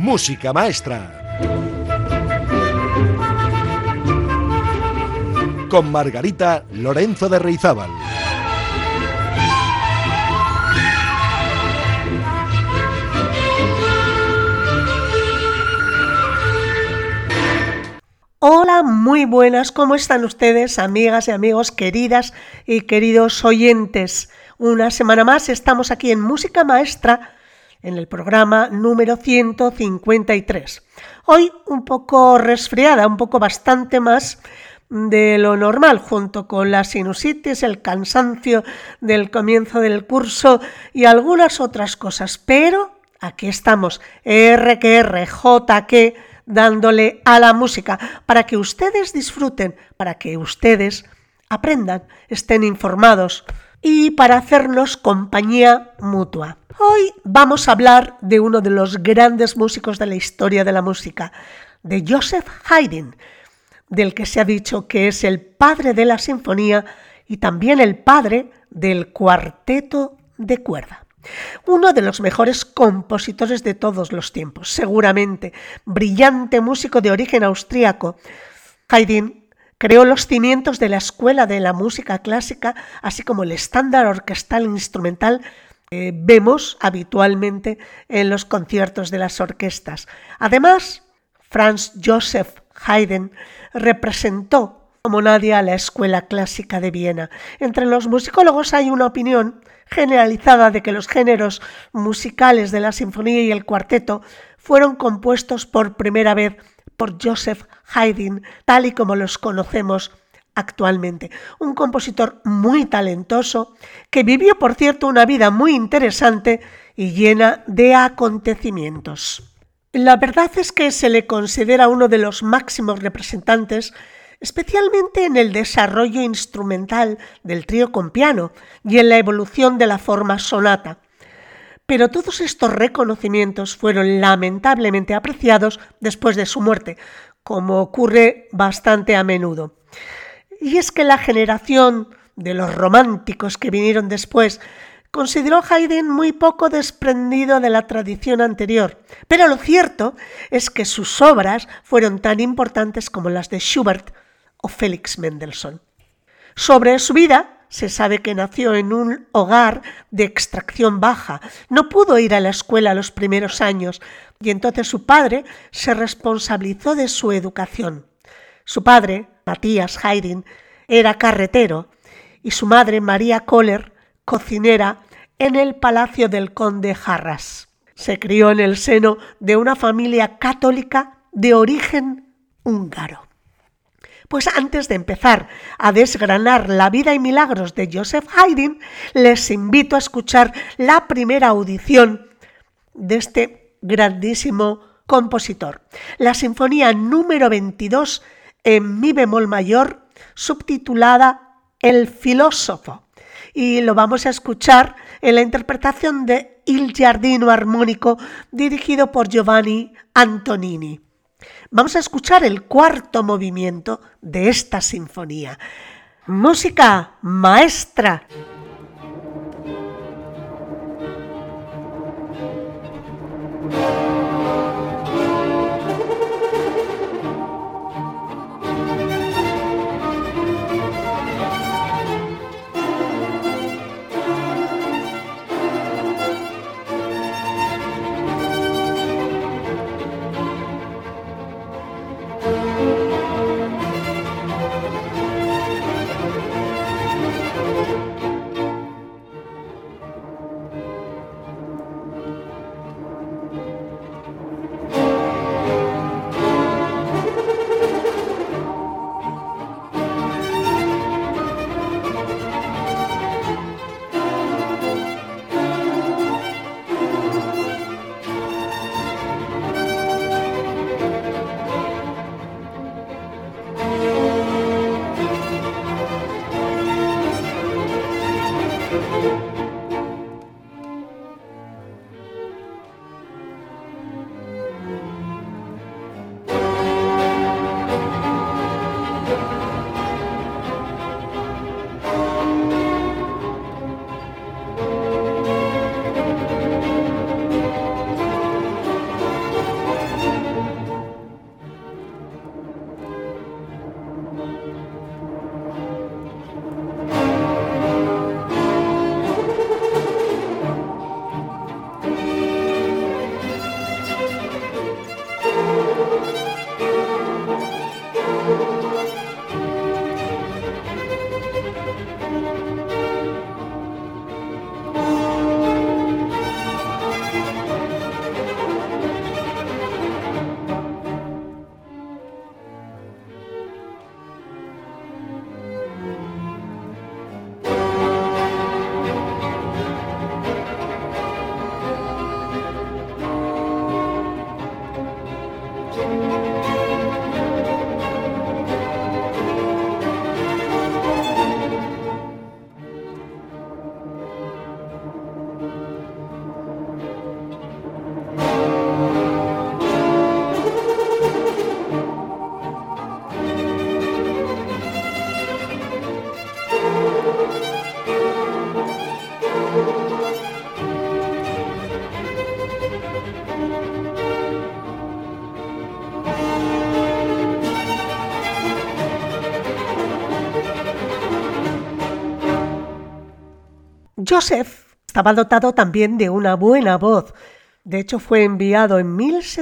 Música Maestra. Con Margarita Lorenzo de Reizábal. Hola, muy buenas, ¿cómo están ustedes, amigas y amigos, queridas y queridos oyentes? Una semana más estamos aquí en Música Maestra, en el programa número 153. Hoy un poco resfriada, bastante más de lo normal, junto con la sinusitis, el cansancio del comienzo del curso y algunas otras cosas. Pero aquí estamos, R que R, J que, dándole a la música para que ustedes disfruten, para que ustedes aprendan, estén informados y para hacernos compañía mutua. Hoy vamos a hablar de uno de los grandes músicos de la historia de la música, de Joseph Haydn, del que se ha dicho que es el padre de la sinfonía y también el padre del cuarteto de cuerda. Uno de los mejores compositores de todos los tiempos, seguramente, brillante músico de origen austríaco. Haydn creó los cimientos de la escuela de la música clásica, así como el estándar orquestal instrumental que vemos habitualmente en los conciertos de las orquestas. Además, Franz Joseph Haydn representó como nadie a la escuela clásica de Viena. Entre los musicólogos hay una opinión generalizada de que los géneros musicales de la sinfonía y el cuarteto fueron compuestos por primera vez por Joseph Haydn, tal y como los conocemos actualmente. Un compositor muy talentoso que vivió, por cierto, una vida muy interesante y llena de acontecimientos. La verdad es que se le considera uno de los máximos representantes, especialmente en el desarrollo instrumental del trío con piano y en la evolución de la forma sonata. Pero todos estos reconocimientos fueron lamentablemente apreciados después de su muerte, como ocurre bastante a menudo. Y es que la generación de los románticos que vinieron después consideró a Haydn muy poco desprendido de la tradición anterior, pero lo cierto es que sus obras fueron tan importantes como las de Schubert o Félix Mendelssohn. Sobre su vida se sabe que nació en un hogar de extracción baja, no pudo ir a la escuela los primeros años y entonces su padre se responsabilizó de su educación. Su padre, Matthias Haydn, era carretero y su madre, María Kohler, cocinera en el palacio del conde Harrás. Se crió en el seno de una familia católica de origen húngaro. Pues antes de empezar a desgranar la vida y milagros de Joseph Haydn, les invito a escuchar la primera audición de este grandísimo compositor. La sinfonía número 22 en mi bemol mayor, subtitulada El filósofo. Y lo vamos a escuchar en la interpretación de Il Giardino Armonico, dirigido por Giovanni Antonini. Vamos a escuchar el cuarto movimiento de esta sinfonía. Música maestra. Joseph estaba dotado también de una buena voz. De hecho, fue enviado en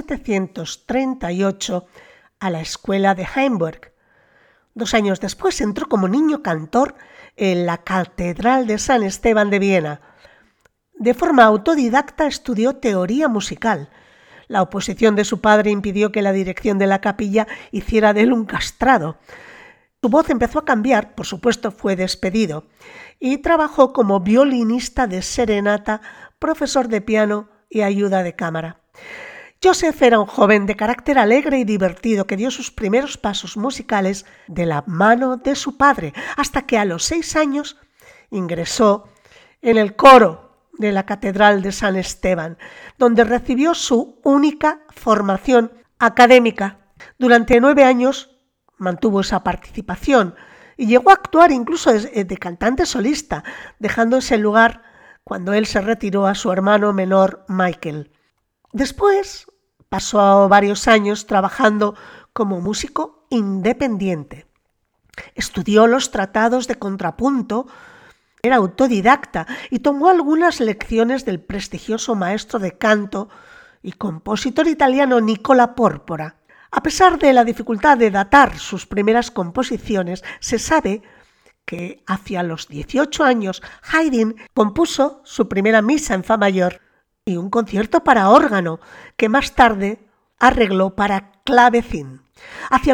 1738 a la escuela de Hamburg. 2 años después entró como niño cantor en la Catedral de San Esteban de Viena. De forma autodidacta estudió teoría musical. La oposición de su padre impidió que la dirección de la capilla hiciera de él un castrado. Su voz empezó a cambiar, por supuesto fue despedido, y trabajó como violinista de serenata, profesor de piano y ayuda de cámara. Joseph era un joven de carácter alegre y divertido que dio sus primeros pasos musicales de la mano de su padre, hasta que a los 6 años ingresó en el coro de la Catedral de San Esteban, donde recibió su única formación académica. Durante 9 años mantuvo esa participación y llegó a actuar incluso de cantante solista, dejando ese lugar cuando él se retiró a su hermano menor Michael. Después pasó varios años trabajando como músico independiente. Estudió los tratados de contrapunto, era autodidacta y tomó algunas lecciones del prestigioso maestro de canto y compositor italiano Nicola Porpora. A pesar de la dificultad de datar sus primeras composiciones, se sabe que hacia los 18 años Haydn compuso su primera misa en fa mayor y un concierto para órgano que más tarde arregló para clavecín. Hacia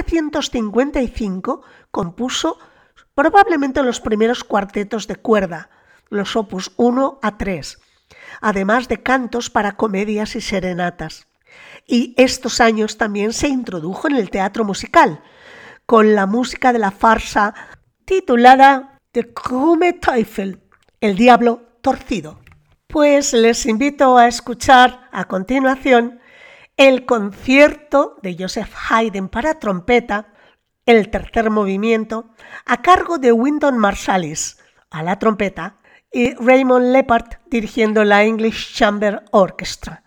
1755 compuso probablemente los primeros cuartetos de cuerda, los opus 1 a 3, además de cantos para comedias y serenatas. Y estos años también se introdujo en el teatro musical, con la música de la farsa titulada Der krumme Teufel, el diablo torcido. Pues les invito a escuchar a continuación el concierto de Joseph Haydn para trompeta, el tercer movimiento, a cargo de Wynton Marsalis a la trompeta y Raymond Leppard dirigiendo la English Chamber Orchestra.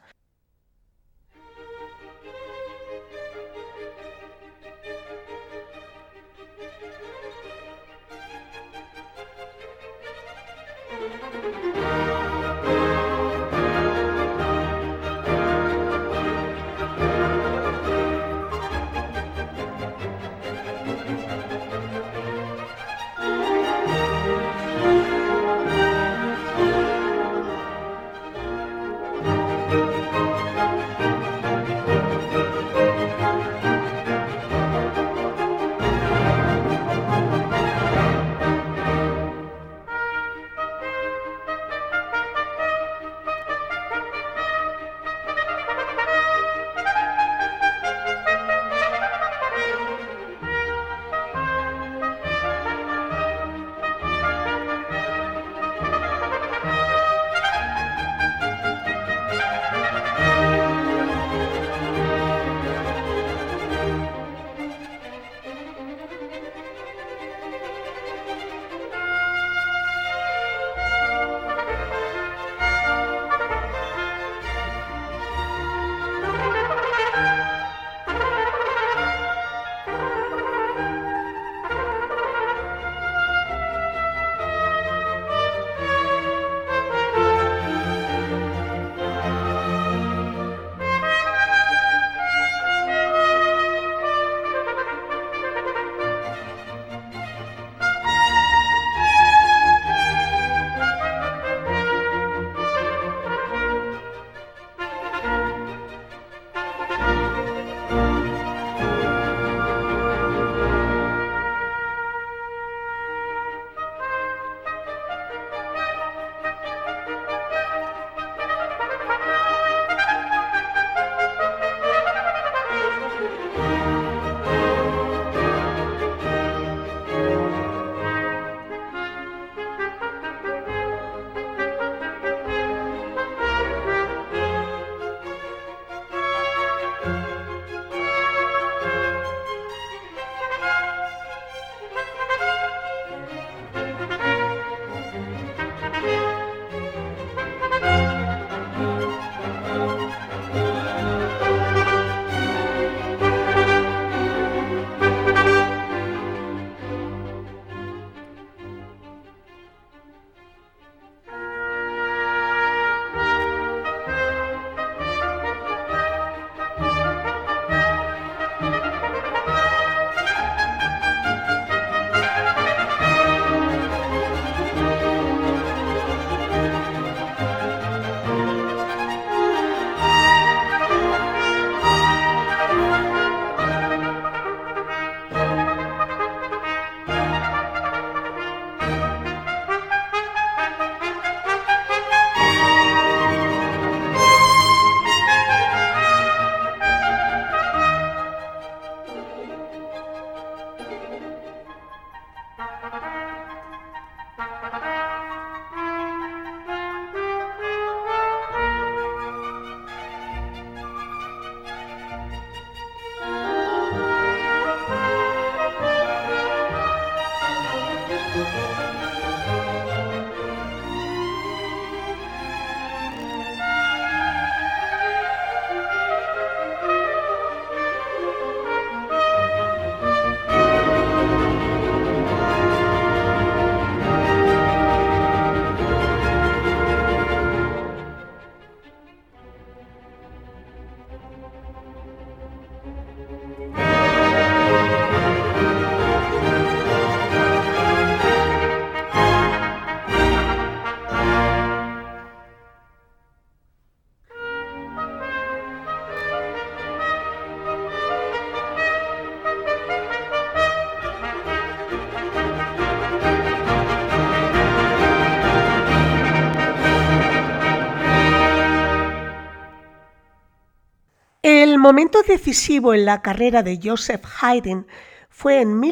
momento decisivo en la carrera de Joseph Haydn fue en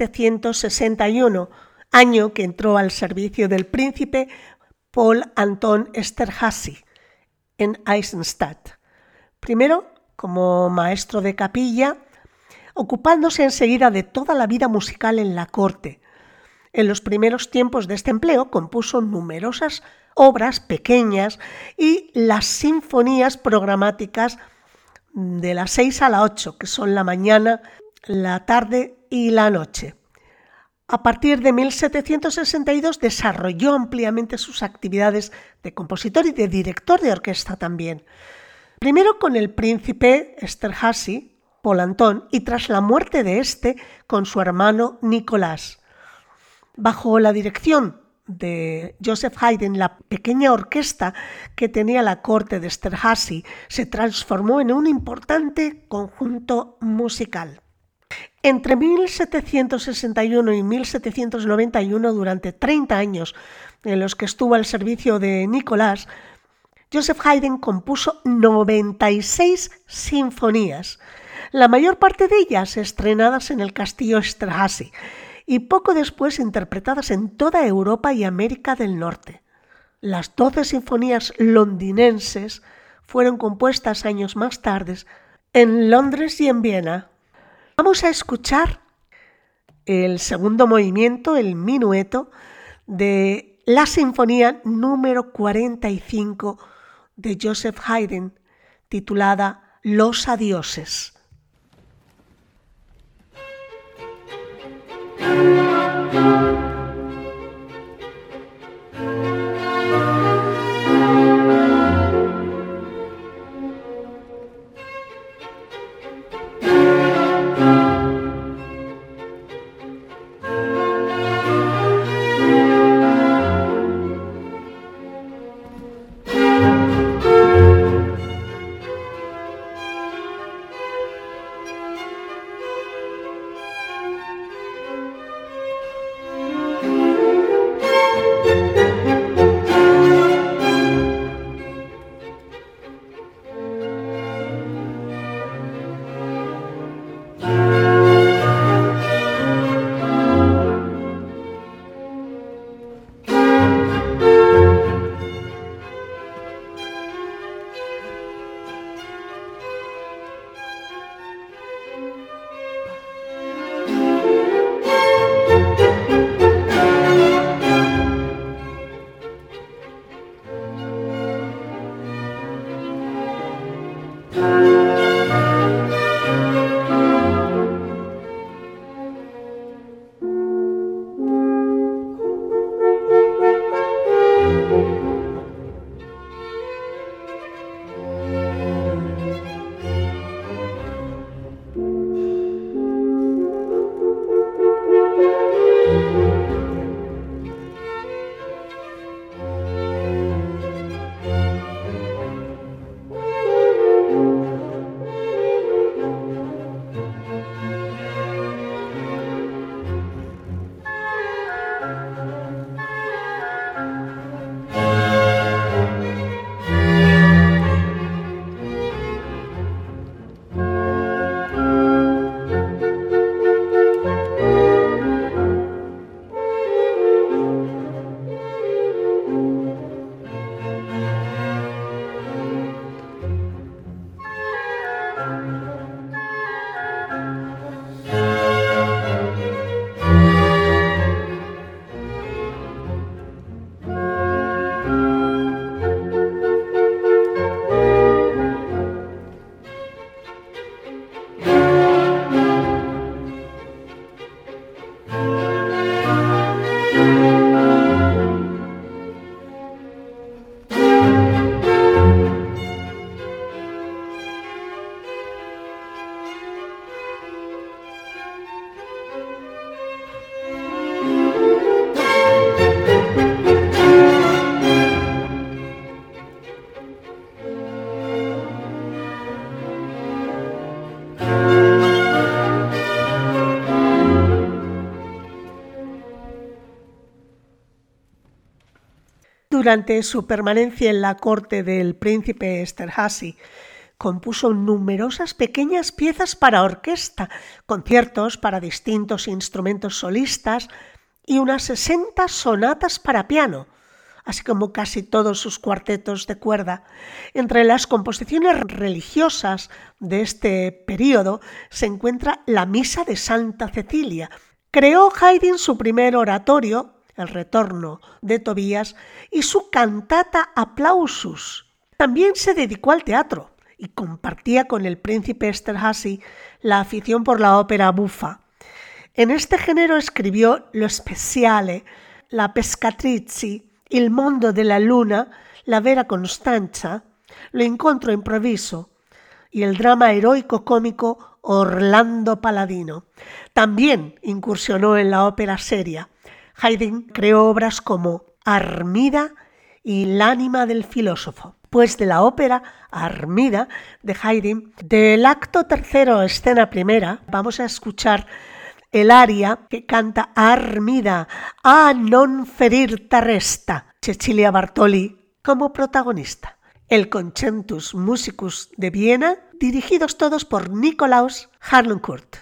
1761, año que entró al servicio del príncipe Paul Anton Esterházy en Eisenstadt. Primero como maestro de capilla, ocupándose enseguida de toda la vida musical en la corte. En los primeros tiempos de este empleo compuso numerosas obras pequeñas y las sinfonías programáticas de las 6 a las 8, que son la mañana, la tarde y la noche. A partir de 1762 desarrolló ampliamente sus actividades de compositor y de director de orquesta también. Primero con el príncipe Esterházy, Paul Anton, y tras la muerte de este con su hermano Nicolás. Bajo la dirección de Joseph Haydn, la pequeña orquesta que tenía la corte de Esterházy se transformó en un importante conjunto musical. Entre 1761 y 1791, durante 30 años en los que estuvo al servicio de Nicolás, Joseph Haydn compuso 96 sinfonías, la mayor parte de ellas estrenadas en el castillo Esterházy y poco después interpretadas en toda Europa y América del Norte. Las 12 sinfonías londinenses fueron compuestas años más tarde en Londres y en Viena. Vamos a escuchar el segundo movimiento, el minueto, de la sinfonía número 45 de Joseph Haydn, titulada Los Adioses. Durante su permanencia en la corte del príncipe Esterházy, compuso numerosas pequeñas piezas para orquesta, conciertos para distintos instrumentos solistas y unas 60 sonatas para piano, así como casi todos sus cuartetos de cuerda. Entre las composiciones religiosas de este período se encuentra la Misa de Santa Cecilia. Creó Haydn su primer oratorio, El Retorno de Tobías, y su cantata Applausus. También se dedicó al teatro y compartía con el príncipe Esterházy la afición por la ópera buffa. En este género escribió Lo Speciale, La Pescatrici, Il mondo della luna, La vera Costanza, Lo incontro improviso y el drama heroico cómico Orlando Paladino. También incursionó en la ópera seria. Haydn creó obras como Armida y L'ánima del filósofo. Pues de la ópera Armida de Haydn, del acto tercero, escena primera, vamos a escuchar el aria que canta Armida, a non ferirta resta, Cecilia Bartoli como protagonista. El Concertus Musicus de Viena, dirigidos todos por Nikolaus Harnoncourt.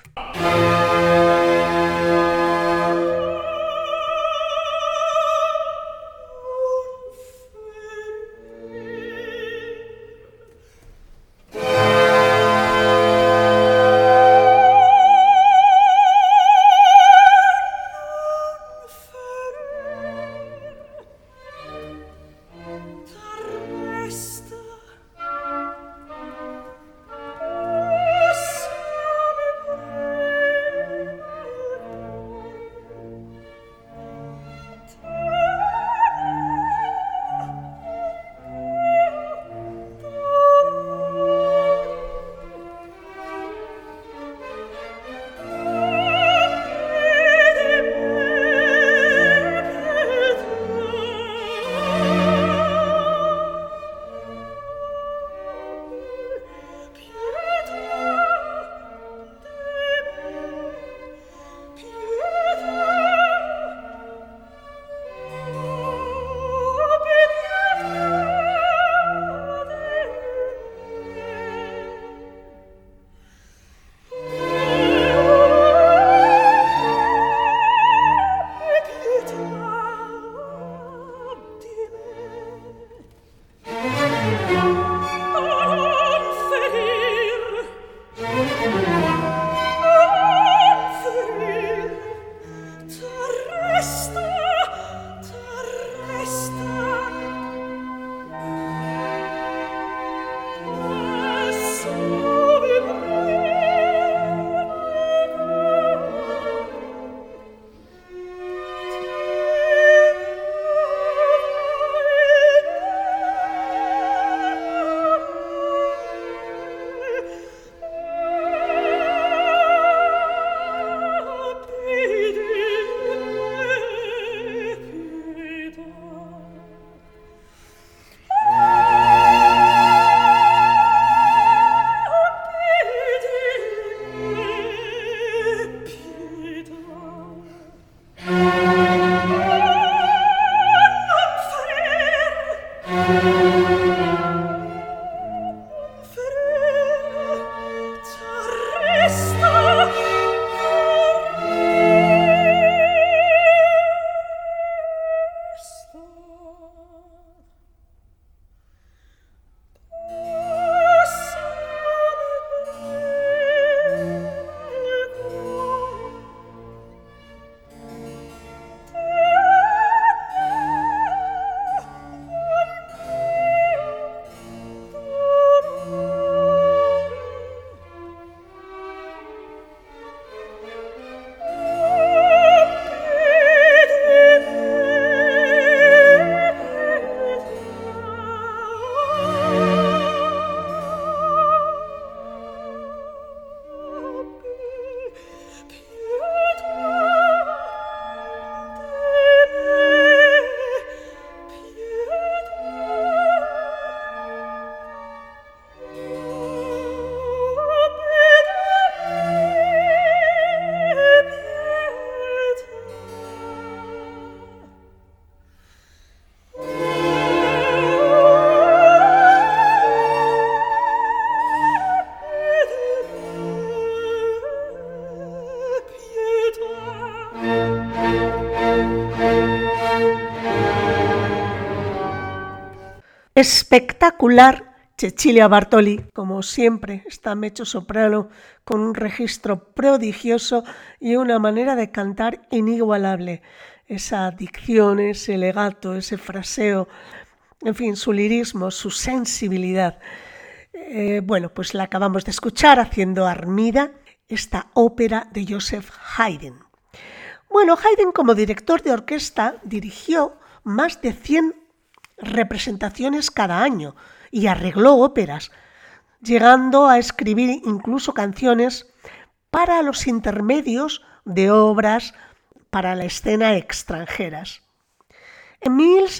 espectacular Cecilia Bartoli, como siempre, esta mezzosoprano con un registro prodigioso y una manera de cantar inigualable. Esa dicción, ese legato, ese fraseo, en fin, su lirismo, su sensibilidad. Bueno, pues la acabamos de escuchar haciendo Armida, esta ópera de Joseph Haydn. Bueno, Haydn como director de orquesta dirigió más de 100 representaciones cada año y arregló óperas, llegando a escribir incluso canciones para los intermedios de obras para la escena extranjeras. En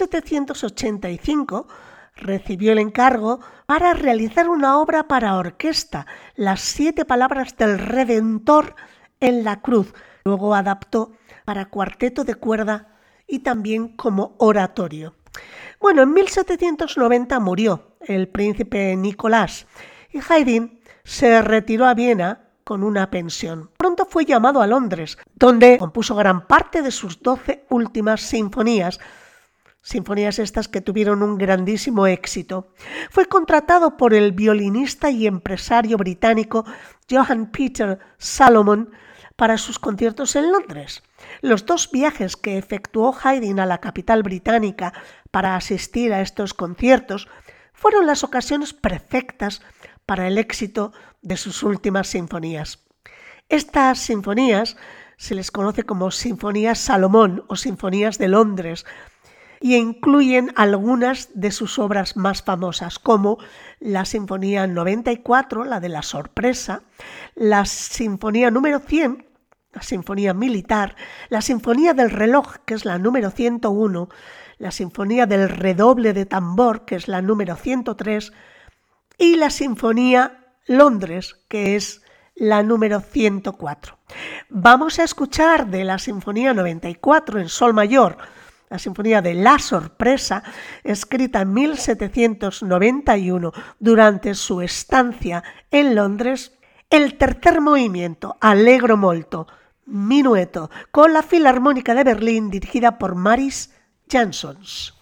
1785 recibió el encargo para realizar una obra para orquesta, Las 7 palabras del Redentor en la cruz. Luego adaptó para cuarteto de cuerda y también como oratorio. Bueno, en 1790 murió el príncipe Nicolás y Haydn se retiró a Viena con una pensión. Pronto fue llamado a Londres, donde compuso gran parte de sus 12 últimas sinfonías estas que tuvieron un grandísimo éxito. Fue contratado por el violinista y empresario británico Johann Peter Salomon para sus conciertos en Londres. Los 2 viajes que efectuó Haydn a la capital británica para asistir a estos conciertos fueron las ocasiones perfectas para el éxito de sus últimas sinfonías. Estas sinfonías se les conoce como Sinfonías Salomón o Sinfonías de Londres y incluyen algunas de sus obras más famosas, como la Sinfonía 94, la de la sorpresa, la Sinfonía número 100, la Sinfonía militar, la Sinfonía del reloj, que es la número 101, la Sinfonía del redoble de tambor, que es la número 103, y la Sinfonía Londres, que es la número 104. Vamos a escuchar de la Sinfonía 94 en sol mayor, la Sinfonía de la sorpresa, escrita en 1791 durante su estancia en Londres, el tercer movimiento, Allegro molto, minueto, con la Filarmónica de Berlín dirigida por Maris Jansons.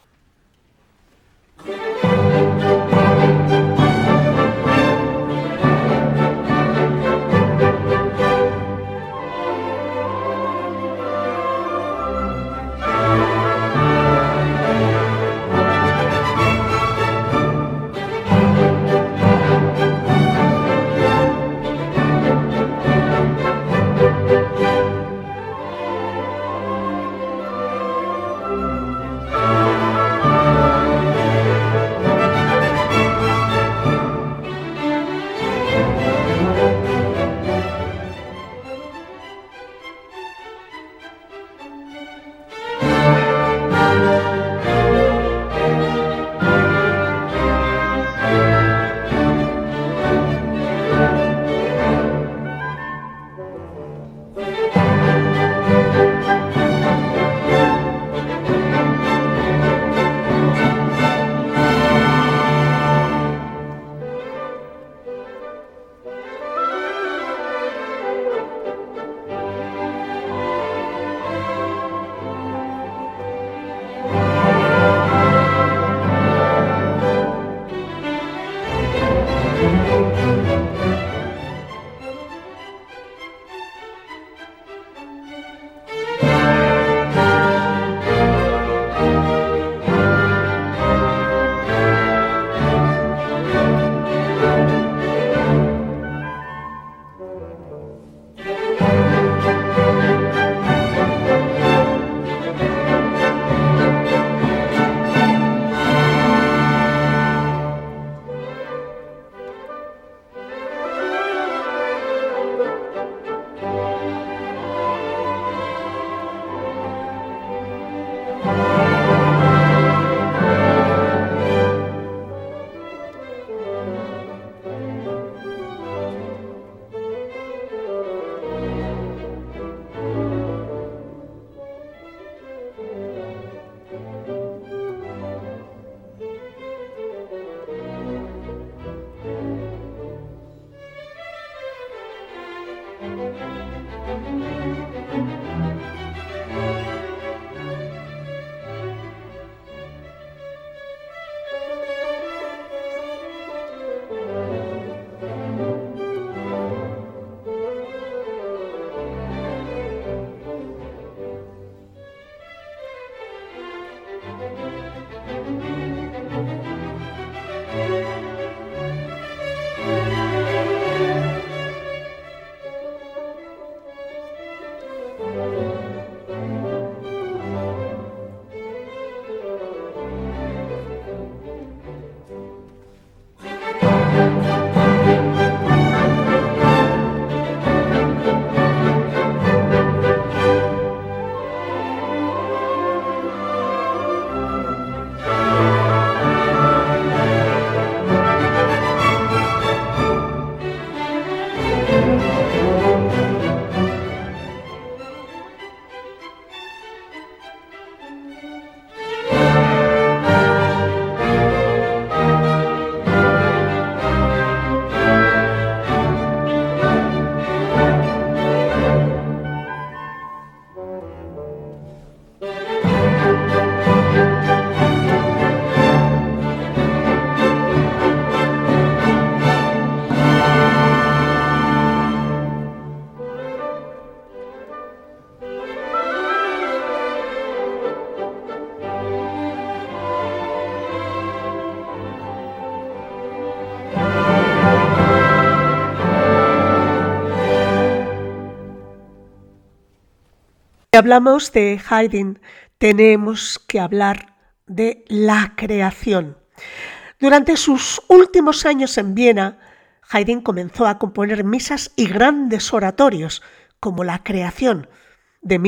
hablamos de Haydn, tenemos que hablar de la creación. Durante sus últimos años en Viena, Haydn comenzó a componer misas y grandes oratorios, como La Creación, de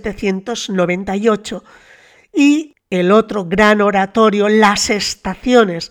1798, y el otro gran oratorio, Las Estaciones,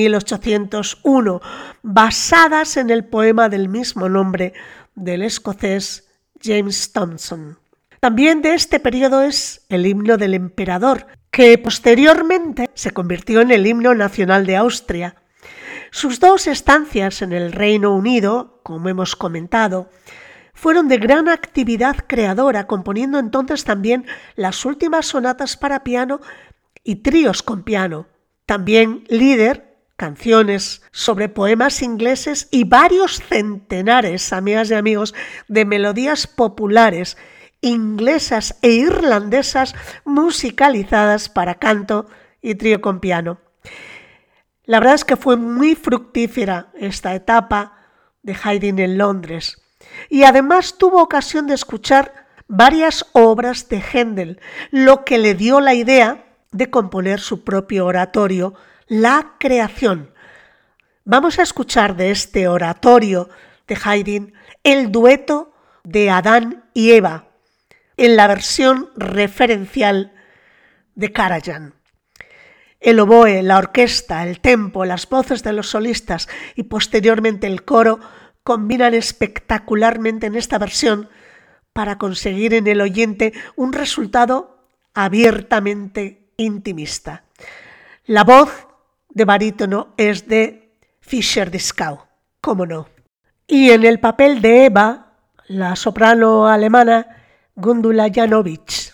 1801, basadas en el poema del mismo nombre del escocés James Thomson. También de este periodo es el himno del emperador, que posteriormente se convirtió en el himno nacional de Austria. Sus dos estancias en el Reino Unido, como hemos comentado, fueron de gran actividad creadora, componiendo entonces también las últimas sonatas para piano y tríos con piano. También Lieder, canciones sobre poemas ingleses y varios centenares, amigas y amigos, de melodías populares inglesas e irlandesas musicalizadas para canto y trío con piano. La verdad es que fue muy fructífera esta etapa de Haydn en Londres y además tuvo ocasión de escuchar varias obras de Händel, lo que le dio la idea de componer su propio oratorio, La Creación. Vamos a escuchar de este oratorio de Haydn el dueto de Adán y Eva, en la versión referencial de Karajan. El oboe, la orquesta, el tempo, las voces de los solistas y posteriormente el coro combinan espectacularmente en esta versión para conseguir en el oyente un resultado abiertamente intimista. La voz de barítono es de Fischer-Dieskau, cómo no. Y en el papel de Eva, la soprano alemana Gundula Janowicz.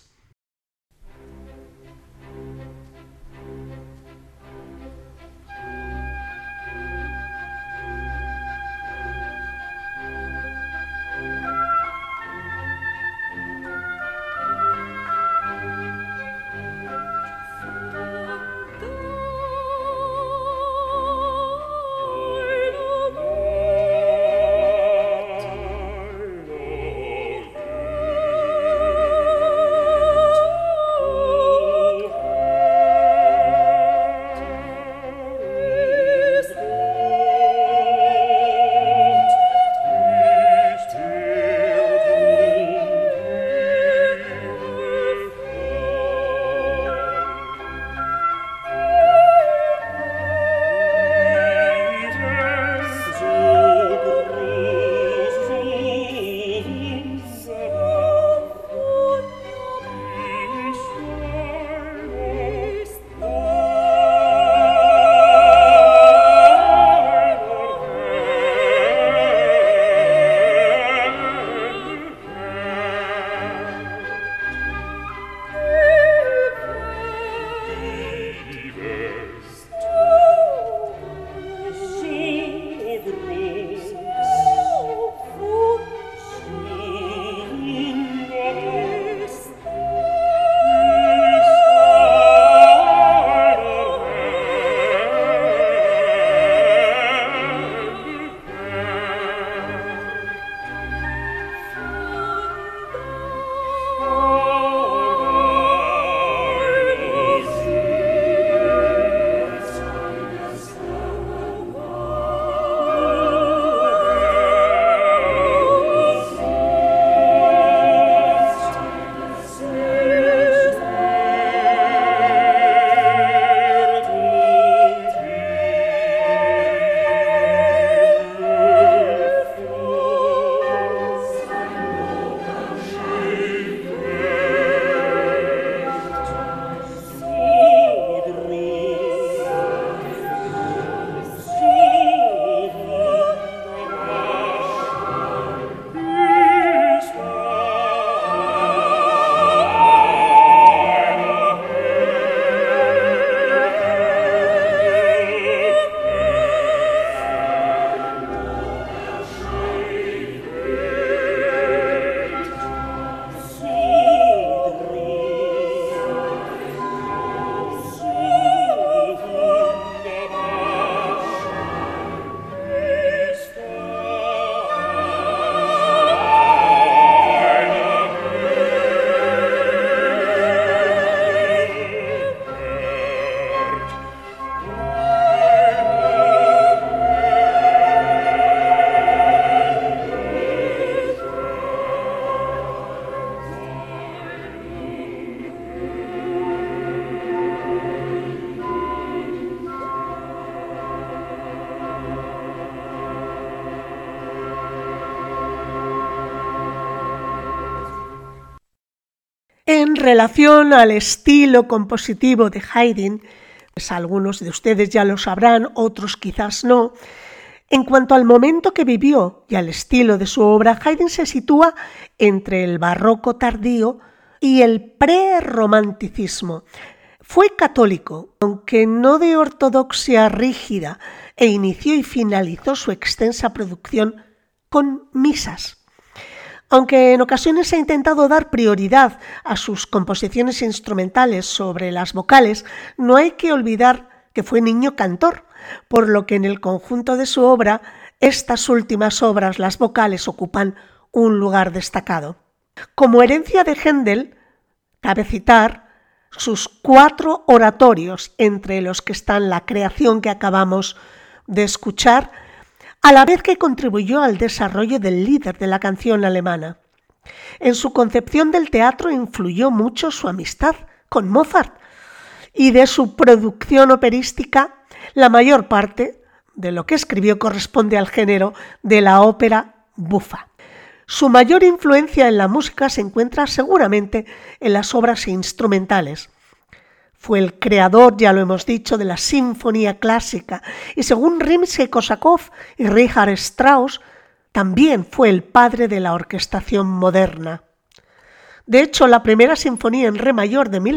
relación al estilo compositivo de Haydn, pues algunos de ustedes ya lo sabrán, otros quizás no. En cuanto al momento que vivió y al estilo de su obra, Haydn se sitúa entre el barroco tardío y el prerromanticismo. Fue católico, aunque no de ortodoxia rígida, e inició y finalizó su extensa producción con misas. Aunque en ocasiones ha intentado dar prioridad a sus composiciones instrumentales sobre las vocales, no hay que olvidar que fue niño cantor, por lo que en el conjunto de su obra, estas últimas obras, las vocales, ocupan un lugar destacado. Como herencia de Händel, cabe citar sus 4 oratorios, entre los que están la creación que acabamos de escuchar, a la vez que contribuyó al desarrollo del Lieder de la canción alemana. En su concepción del teatro influyó mucho su amistad con Mozart, y de su producción operística, la mayor parte de lo que escribió corresponde al género de la ópera bufa. Su mayor influencia en la música se encuentra seguramente en las obras instrumentales. Fue el creador, ya lo hemos dicho, de la sinfonía clásica y según Rimsky-Korsakov y Richard Strauss, también fue el padre de la orquestación moderna. De hecho, la primera sinfonía en re mayor de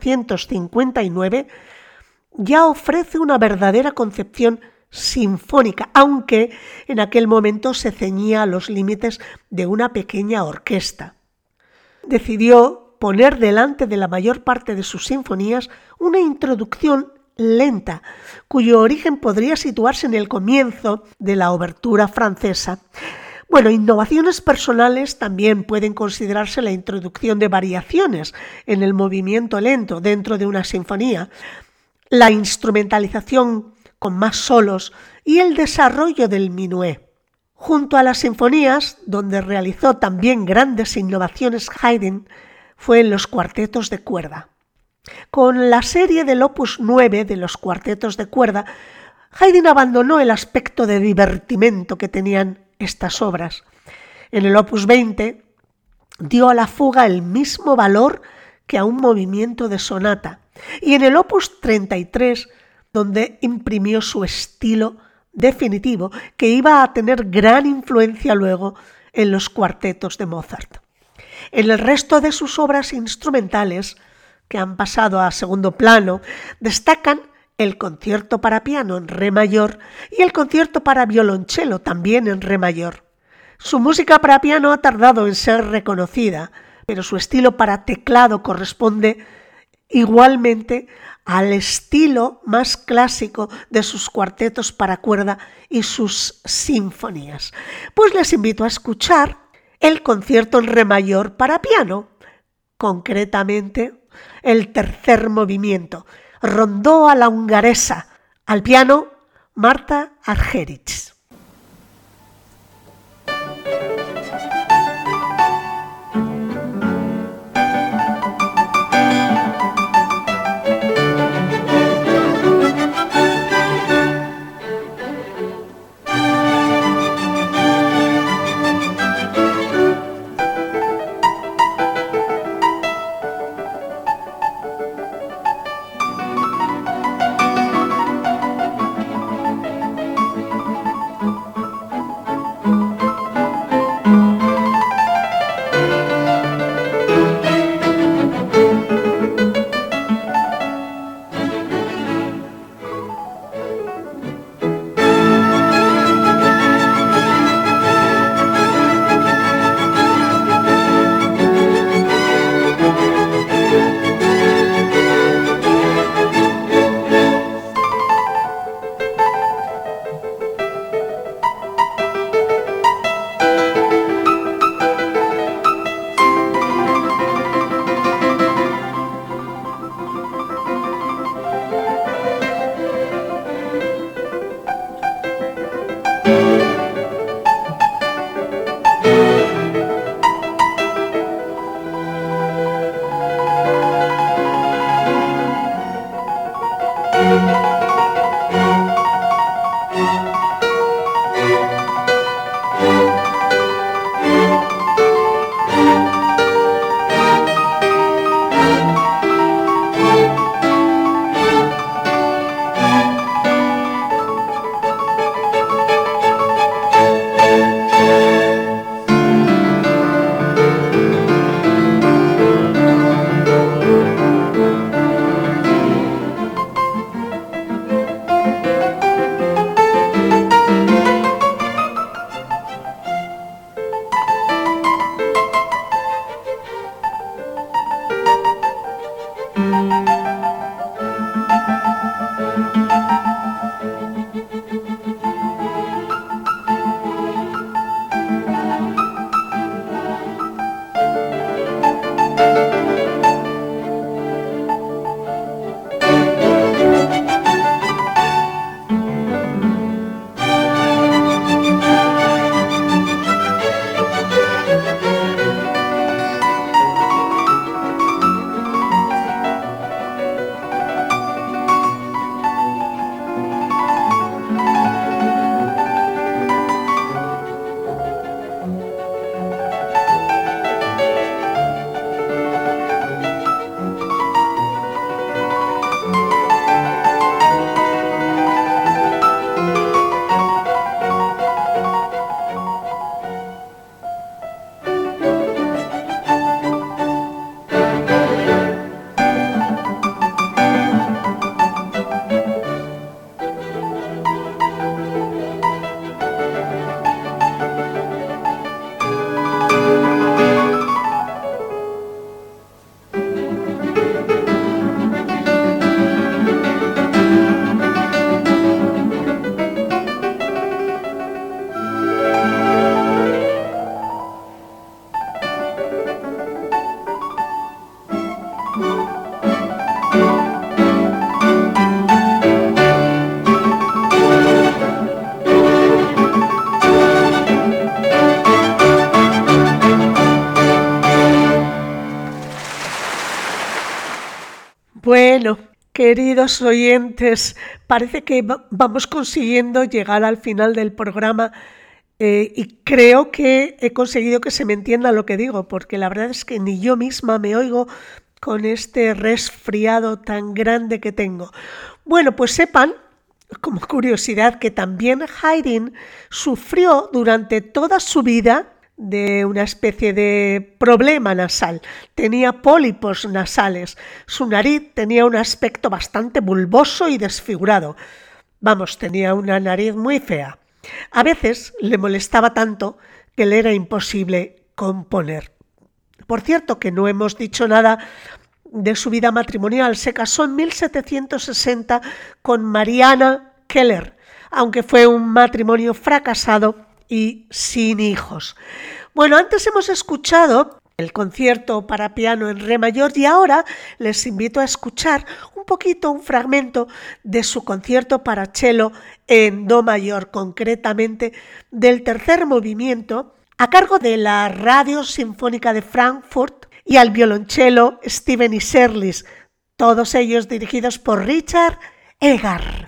1759 ya ofrece una verdadera concepción sinfónica, aunque en aquel momento se ceñía a los límites de una pequeña orquesta. Decidió poner delante de la mayor parte de sus sinfonías una introducción lenta, cuyo origen podría situarse en el comienzo de la obertura francesa. Bueno, innovaciones personales también pueden considerarse la introducción de variaciones en el movimiento lento dentro de una sinfonía, la instrumentalización con más solos y el desarrollo del minué. Junto a las sinfonías, donde realizó también grandes innovaciones Haydn, fue en los cuartetos de cuerda. Con la serie del Opus 9 de los cuartetos de cuerda, Haydn abandonó el aspecto de divertimento que tenían estas obras. En el Opus 20 dio a la fuga el mismo valor que a un movimiento de sonata, y en el Opus 33, donde imprimió su estilo definitivo, que iba a tener gran influencia luego en los cuartetos de Mozart. En el resto de sus obras instrumentales, que han pasado a segundo plano, destacan el concierto para piano en re mayor y el concierto para violonchelo también en re mayor. Su música para piano ha tardado en ser reconocida, pero su estilo para teclado corresponde igualmente al estilo más clásico de sus cuartetos para cuerda y sus sinfonías. Pues les invito a escuchar el concierto en re mayor para piano, concretamente el tercer movimiento, Rondó a la Hungaresa, al piano Marta Argerich. Bueno, queridos oyentes, parece que vamos consiguiendo llegar al final del programa y creo que he conseguido que se me entienda lo que digo, porque la verdad es que ni yo misma me oigo con este resfriado tan grande que tengo. Bueno, pues sepan, como curiosidad, que también Haydn sufrió durante toda su vida de una especie de problema nasal. Tenía pólipos nasales. Su nariz tenía un aspecto bastante bulboso y desfigurado. Vamos, tenía una nariz muy fea. A veces le molestaba tanto que le era imposible componer. Por cierto, que no hemos dicho nada de su vida matrimonial. Se casó en 1760 con Mariana Keller, aunque fue un matrimonio fracasado y sin hijos. Bueno, antes hemos escuchado el concierto para piano en re mayor y ahora les invito a escuchar un fragmento de su concierto para cello en do mayor, concretamente del tercer movimiento, a cargo de la Radio Sinfónica de Frankfurt y al violonchelo Stephen Isserlis, todos ellos dirigidos por Richard Egar.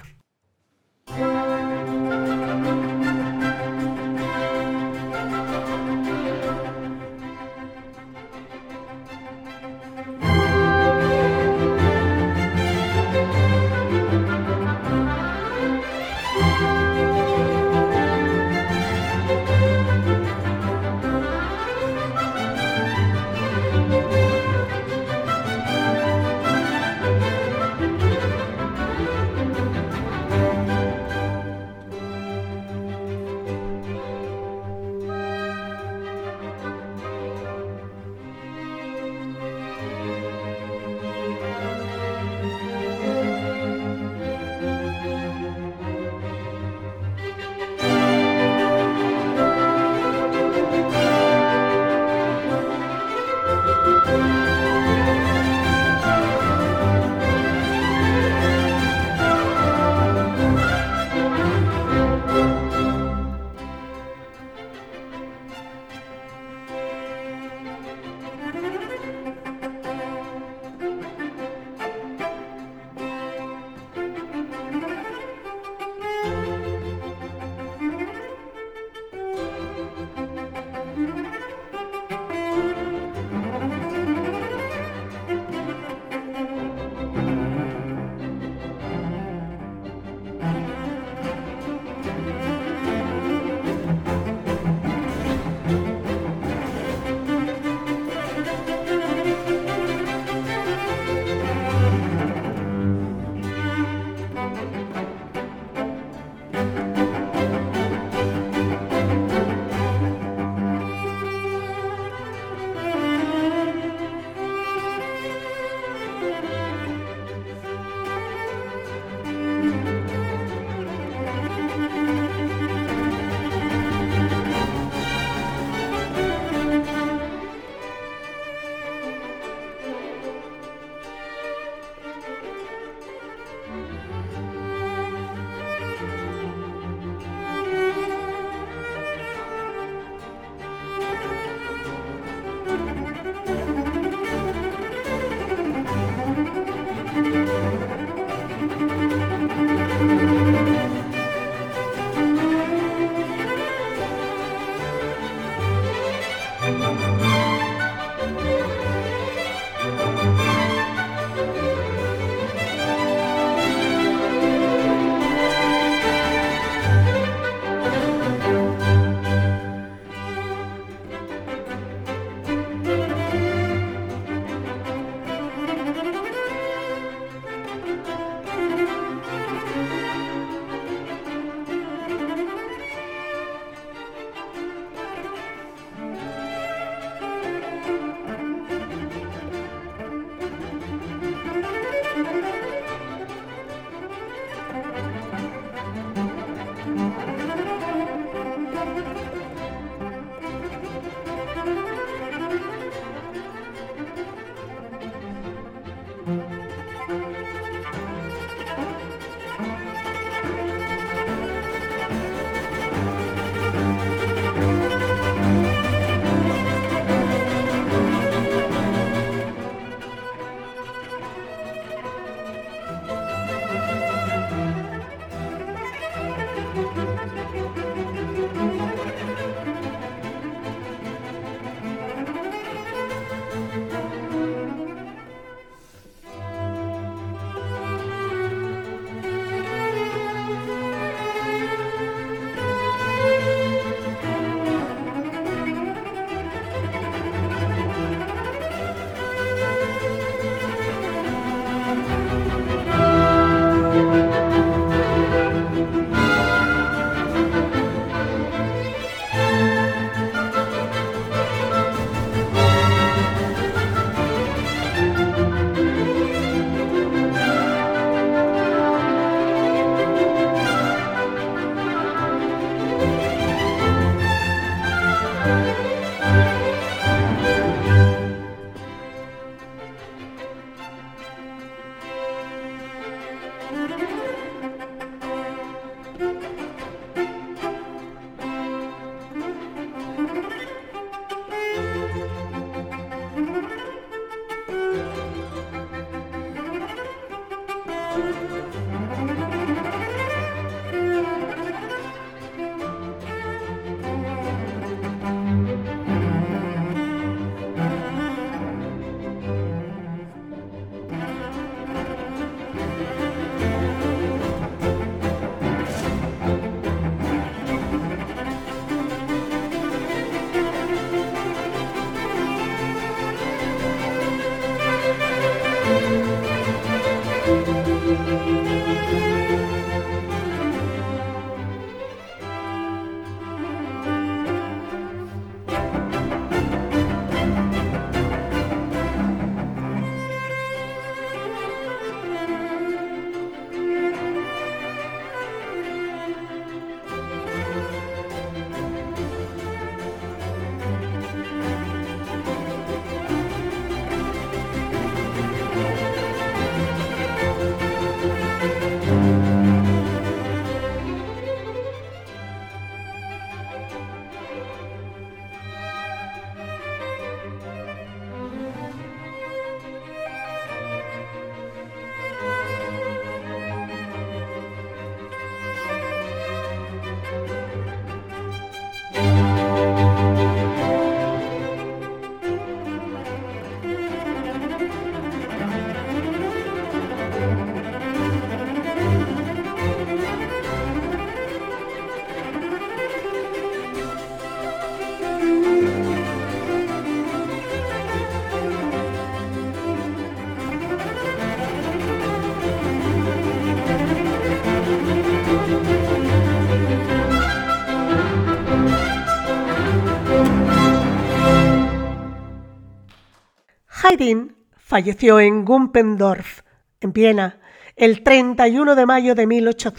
Haydn falleció en Gumpendorf, en Viena, el 31 de mayo de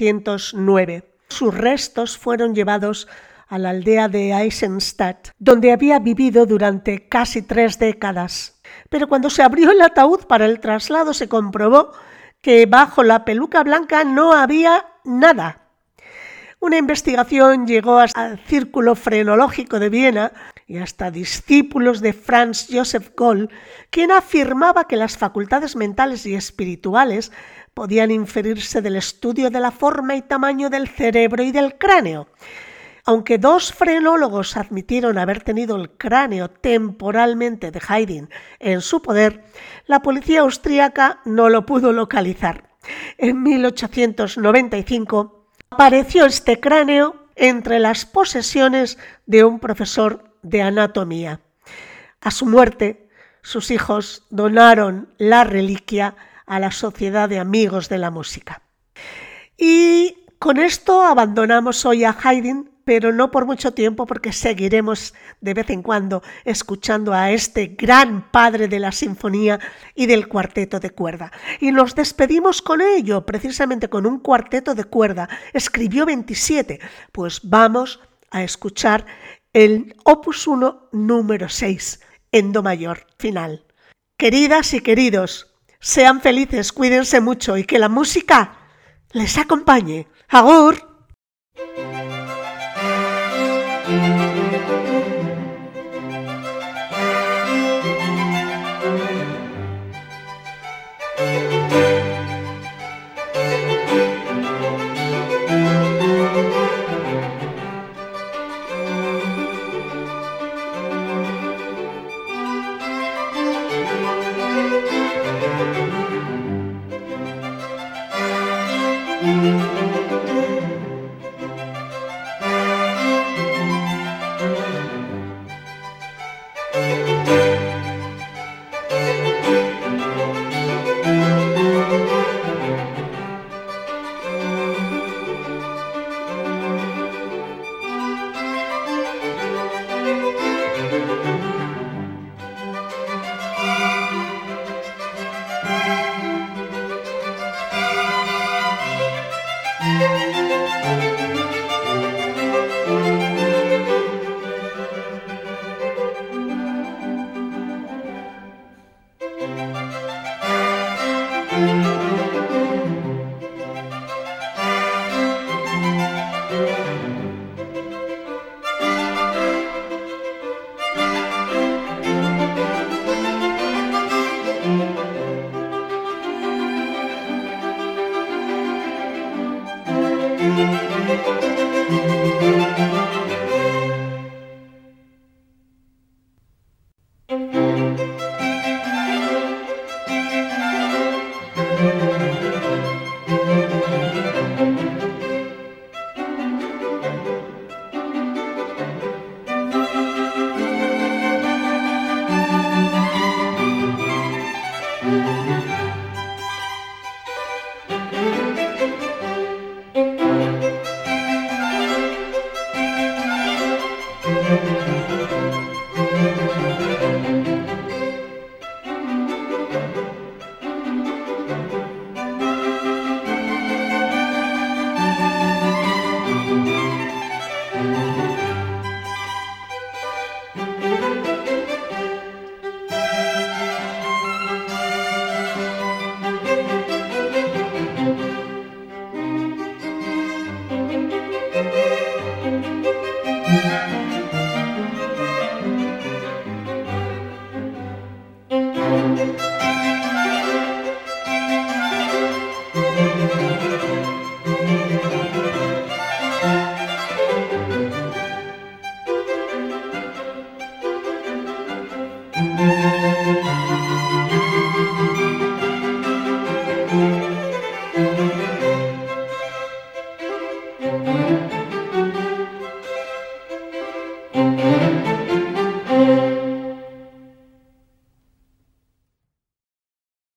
1809. Sus restos fueron llevados a la aldea de Eisenstadt, donde había vivido durante casi 3 décadas. Pero cuando se abrió el ataúd para el traslado se comprobó que bajo la peluca blanca no había nada. Una investigación llegó al Círculo Frenológico de Viena y hasta discípulos de Franz Joseph Goll, quien afirmaba que las facultades mentales y espirituales podían inferirse del estudio de la forma y tamaño del cerebro y del cráneo. Aunque 2 frenólogos admitieron haber tenido el cráneo temporalmente de Haydn en su poder, la policía austríaca no lo pudo localizar. En 1895 apareció este cráneo entre las posesiones de un profesor de anatomía. A su muerte, sus hijos donaron la reliquia a la Sociedad de Amigos de la Música. Y con esto abandonamos hoy a Haydn, pero no por mucho tiempo, porque seguiremos de vez en cuando escuchando a este gran padre de la sinfonía y del cuarteto de cuerda. Y nos despedimos con ello, precisamente con un cuarteto de cuerda. Escribió 27, pues vamos a escuchar el Opus 1 número 6, en do mayor, final. Queridas y queridos, sean felices, cuídense mucho y que la música les acompañe. ¡Agur!